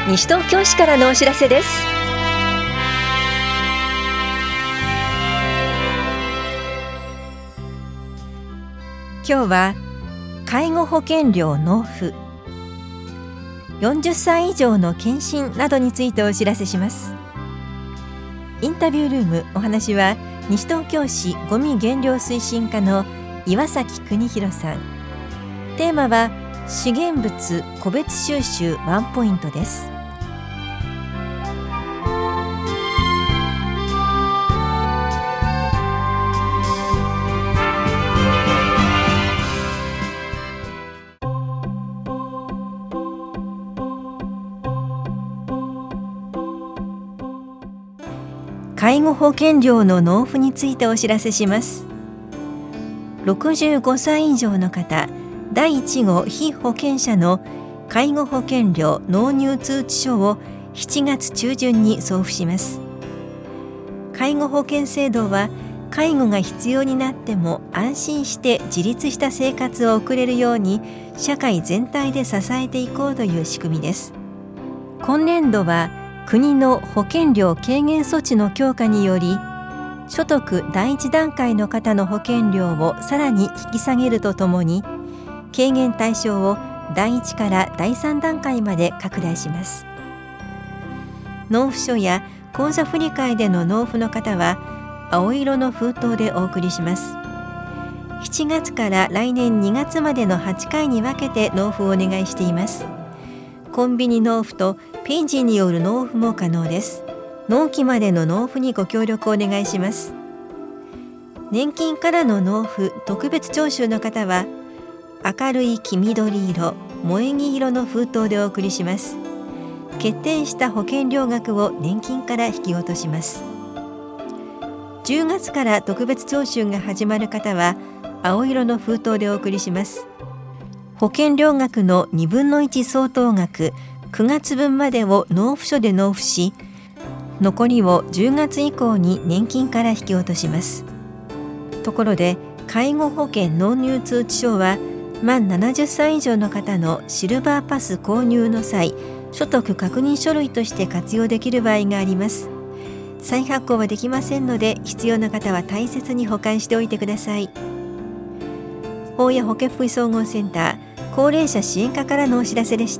西東京市からのお知らせです。今日は介護保険料納付、40歳以上の検診などについてお知らせします。インタビュールーム、お話は西東京市ごみ減量推進課の岩崎邦弘さん。テーマは資源物個別収集ワンポイントです。介護保険料の納付についてお知らせします。65歳以上の方、第1号被保険者の介護保険料納入通知書を7月中旬に送付します。介護保険制度は介護が必要になっても安心して自立した生活を送れるように社会全体で支えていこうという仕組みです。今年度は国の保険料軽減措置の強化により、所得第一段階の方の保険料をさらに引き下げるとともに、軽減対象を第1から第3段階まで拡大します。納付書や口座振替での納付の方は青色の封筒でお送りします。7月から来年2月までの8回に分けて納付をお願いしています。コンビニ納付とページによる納付も可能です。納期までの納付にご協力をお願いします。年金からの納付特別徴収の方は明るい黄緑色、萌木色の封筒でお送りします。決定した保険料額を年金から引き落とします。10月から特別徴収が始まる方は青色の封筒でお送りします。保険料額の2分の1相当額9月分までを納付書で納付し、残りを10月以降に年金から引き落とします。ところで介護保険納入通知書は満70歳以上の方のシルバーパス購入の際、所得確認書類として活用できる場合があります。再発行はできませんので、必要な方は大切に保管しておいてください。法や保健福祉総合センター高齢者支援課からのお知らせでした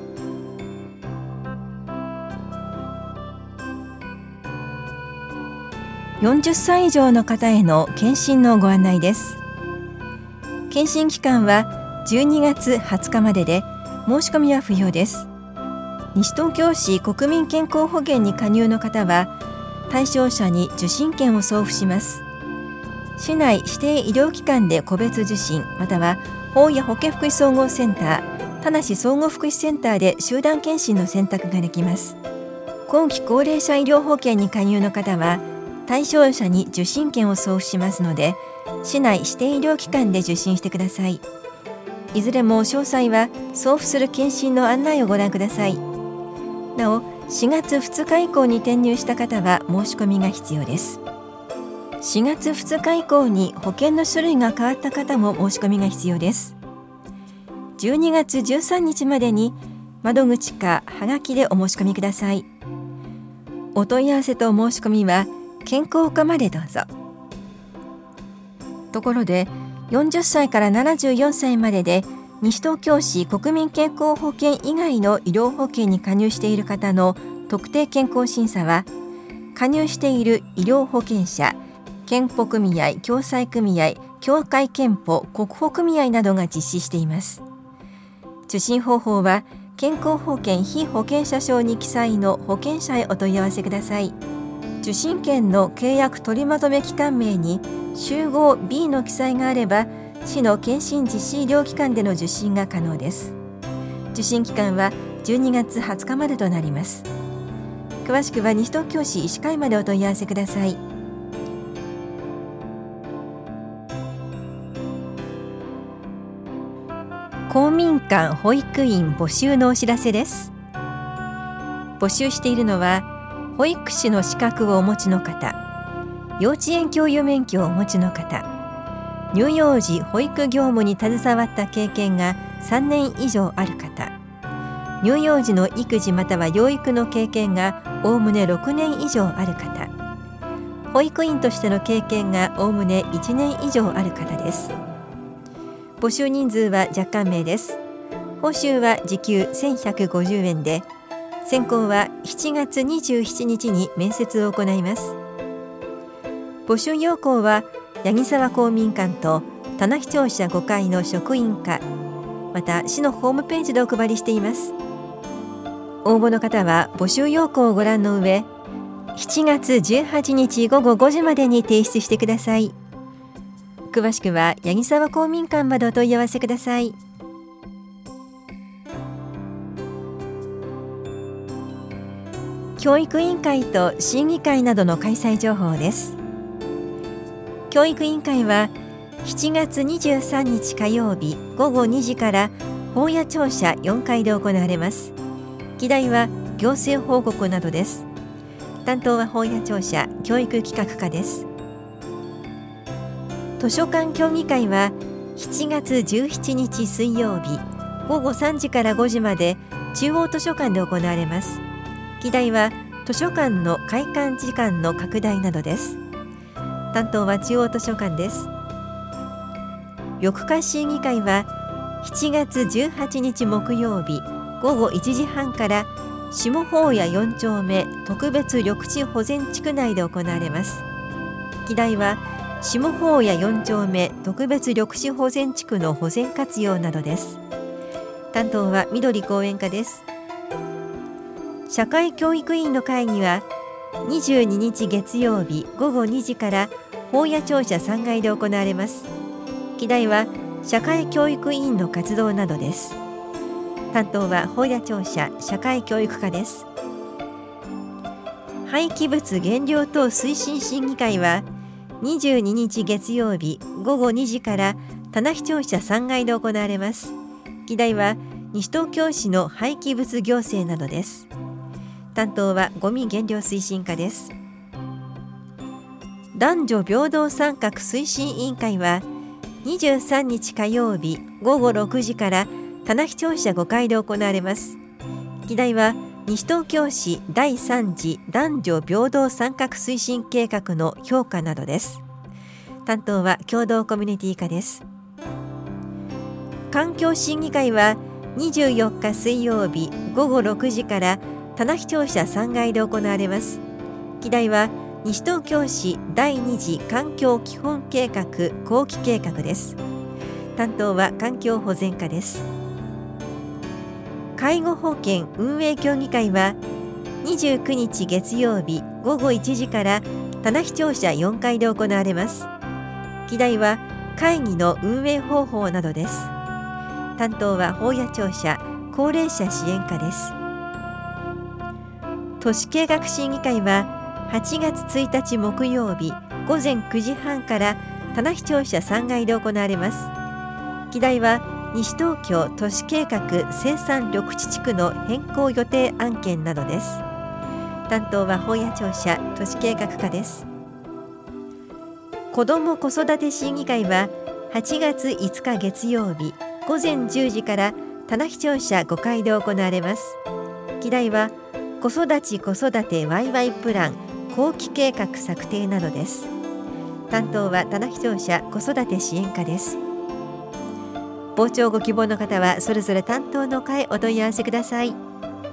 。40歳以上の方への検診のご案内です。検診期間は12月20日までで、申し込みは不要です。西東京市国民健康保険に加入の方は対象者に受診券を送付します。市内指定医療機関で個別受診、または法や保健福祉総合センター、田無総合福祉センターで集団検診の選択ができます。後期高齢者医療保険に加入の方は対象者に受診券を送付しますので、市内指定医療機関で受診してください。いずれも詳細は送付する検診の案内をご覧ください。なお、4月2日以降に転入した方は申し込みが必要です。4月2日以降に保険の種類が変わった方も申し込みが必要です。12月13日までに窓口かはがきでお申し込みください。お問い合わせと申し込みは健康課までどうぞ。ところで40歳から74歳までで西東京市国民健康保険以外の医療保険に加入している方の特定健康審査は、加入している医療保険者、健保組合、共済組合、協会健保、国保組合などが実施しています。受診方法は健康保険被保険者証に記載の保険者へお問い合わせください。受診券の契約取りまとめ期間名に集合 B の記載があれば、市の検診実施医療機関での受診が可能です。受診期間は12月20日までとなります。詳しくは西東京市医師会までお問い合わせください。公民館保育員募集のお知らせです。募集しているのは保育士の資格をお持ちの方、幼稚園教諭免許をお持ちの方、乳幼児保育業務に携わった経験が3年以上ある方、 乳幼児の育児または養育の経験がおおむね6年以上ある方、保育員としての経験がおおむね1年以上ある方です。募集人数は若干名です。報酬は時給1150円で、選考は7月27日に面接を行います。募集要項は八木沢公民館と棚視聴者5階の職員課、また市のホームページでお配りしています。応募の方は募集要項をご覧の上、7月18日午後5時までに提出してください。詳しくは八木沢公民館までお問い合わせください。教育委員会と審議会などの開催情報です。教育委員会は7月23日火曜日午後2時から本屋庁舎4階で行われます。議題は行政報告などです。担当は本屋庁舎教育企画課です。図書館協議会は7月17日水曜日午後3時から5時まで中央図書館で行われます。議題は図書館の開館時間の拡大などです。担当は中央図書館です。緑化審議会は7月18日木曜日午後1時半から下法屋4丁目特別緑地保全地区内で行われます。議題は下法屋4丁目特別緑地保全地区の保全活用などです。担当は緑講演課です。社会教育委員の会議は22日月曜日午後2時から本屋庁舎3階で行われます。議題は社会教育委員の活動などです。担当は本屋庁舎社会教育課です。廃棄物減量等推進審議会は22日月曜日午後2時から棚視庁舎3階で行われます。議題は西東京市の廃棄物行政などです。担当はゴミ減量推進課です。男女平等参画推進委員会は23日火曜日午後6時から棚視庁舎5階で行われます。議題は西東京市第3次男女平等参画推進計画の評価などです。担当は共同コミュニティ課です。環境審議会は24日水曜日午後6時から棚視庁舎3階で行われます。議題は西東京市第2次環境基本計画後期計画です。担当は環境保全課です。介護保険運営協議会は29日月曜日午後1時から棚視庁舎4階で行われます。議題は会議の運営方法などです。担当は本屋庁舎高齢者支援課です。都市計画審議会は8月1日木曜日午前9時半から棚視庁舎3階で行われます。議題は西東京都市計画生産緑地地区の変更予定案件などです。担当は本屋庁舎都市計画課です。子ども子育て審議会は8月5日月曜日午前10時から棚視庁舎5階で行われます。議題は子育てワイワイプラン後期計画策定などです。担当は棚視庁舎子育て支援課です。傍聴ご希望の方はそれぞれ担当の課へお問い合わせください。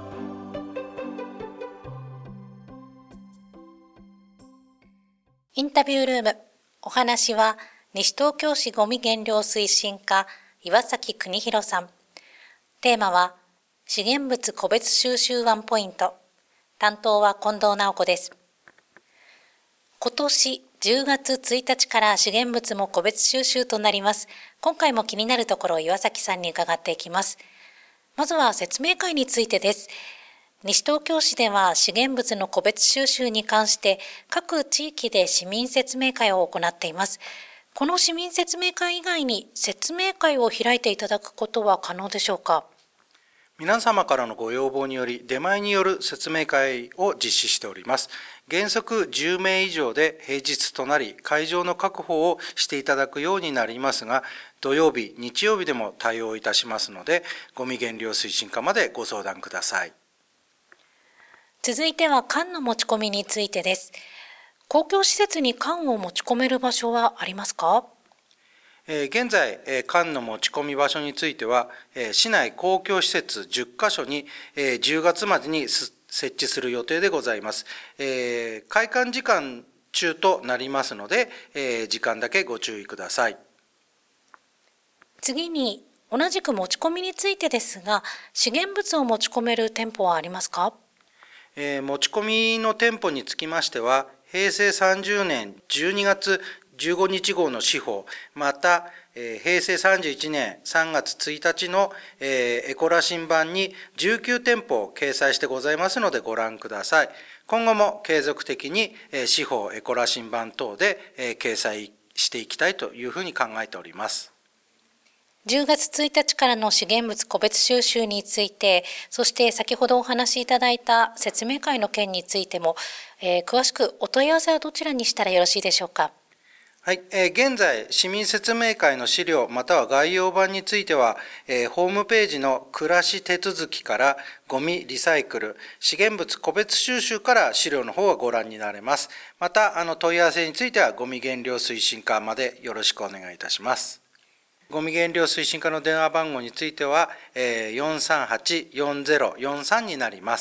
インタビュールーム。お話は西東京市ごみ減量推進課岩崎邦弘さん。テーマは資源物個別収集ワンポイント。担当は近藤直子です。今年10月1日から資源物も個別収集となります。今回も気になるところを岩崎さんに伺っていきます。まずは説明会についてです。西東京市では資源物の個別収集に関して各地域で市民説明会を行っています。この市民説明会以外に説明会を開いていただくことは可能でしょうか。 皆様からのご要望により出前による説明会を実施しております。 原則10名以上で平日となり、会場の確保をしていただくようになりますが、土曜日、日曜日でも対応いたしますので、ゴミ減量推進課までご相談ください。 続いては缶の持ち込みについてです。公共施設に缶を持ち込める場所はありますか？ 現在、缶の持ち込み場所については、市内公共施設10カ所に10月までに設置する予定でございます。開館時間中となりますので、時間だけご注意ください。 次に、同じく持ち込みについてですが、資源物を持ち込める店舗はありますか？ 持ち込みの店舗につきましては、平成30年12月15日号の司法、また、平成31年3月1日の、エコラ新版に19店舗を掲載してございますのでご覧ください。今後も継続的に、司法、エコラ新版等で、掲載していきたいというふうに考えております。 10月1日からの資源物個別収集について、そして先ほどお話しいただいた説明会の件についても、詳しくお問い合わせはどちらにしたらよろしいでしょうか？ はい、現在、市民説明会の資料または概要版については、ホームページの暮らし手続きからゴミリサイクル、資源物個別収集から資料の方はご覧になれます。また、問い合わせについてはゴミ減量推進課までよろしくお願いいたします。ゴミ減量推進課の電話番号については、438-4043になります。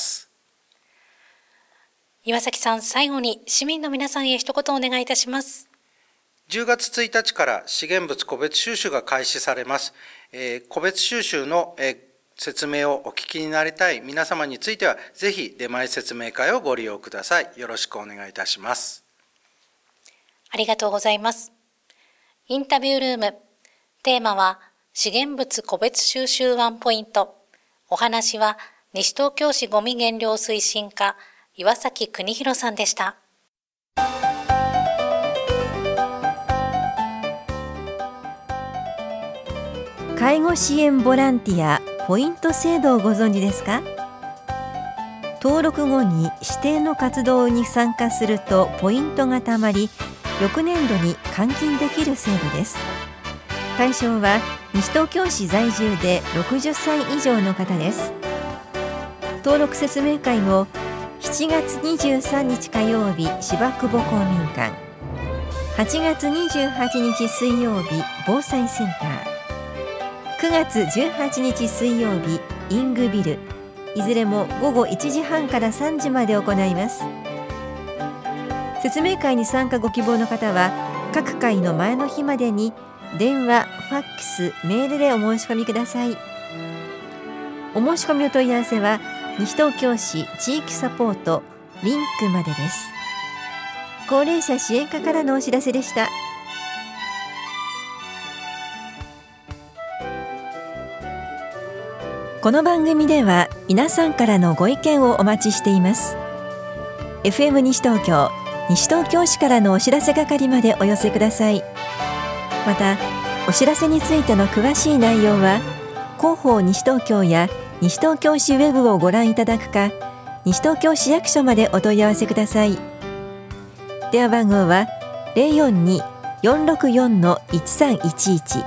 岩崎さん、最後に市民の皆さんへ一言お願いいたします。 10月1日から資源物個別収集が開始されます。個別収集の説明をお聞きになりたい皆様については、ぜひ出前説明会をご利用ください。よろしくお願いいたします。 ありがとうございます。インタビュールーム、テーマは資源物個別収集ワンポイント。お話は西東京市ゴミ減量推進課、岩崎邦弘さんでした。 介護支援ボランティアポイント制度をご存知ですか？登録後に指定の活動に参加するとポイントがたまり、翌年度に換金できる制度です。対象は西東京市在住で60歳以上の方です。登録説明会も7月23日火曜日芝久保公民館、8月28日水曜日防災センター、9月18日水曜日イングビル、いずれも午後1時半から3時まで行います。説明会に参加ご希望の方は各回の前の日までに電話、ファックス、メールでお申し込みください。お申し込みお問い合わせは西東京市地域サポートリンクまでです。高齢者支援課からのお知らせでした。この番組では皆さんからのご意見をお待ちしています。 FM 西東京、西東京市からのお知らせ係までお寄せください。またお知らせについての詳しい内容は広報西東京や西東京市ウェブをご覧いただくか、西東京市役所までお問い合わせください。電話番号は 042-464-1311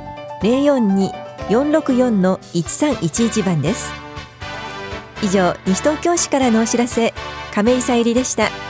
042-464-1311 番です。以上、西東京市からのお知らせ、亀井さゆりでした。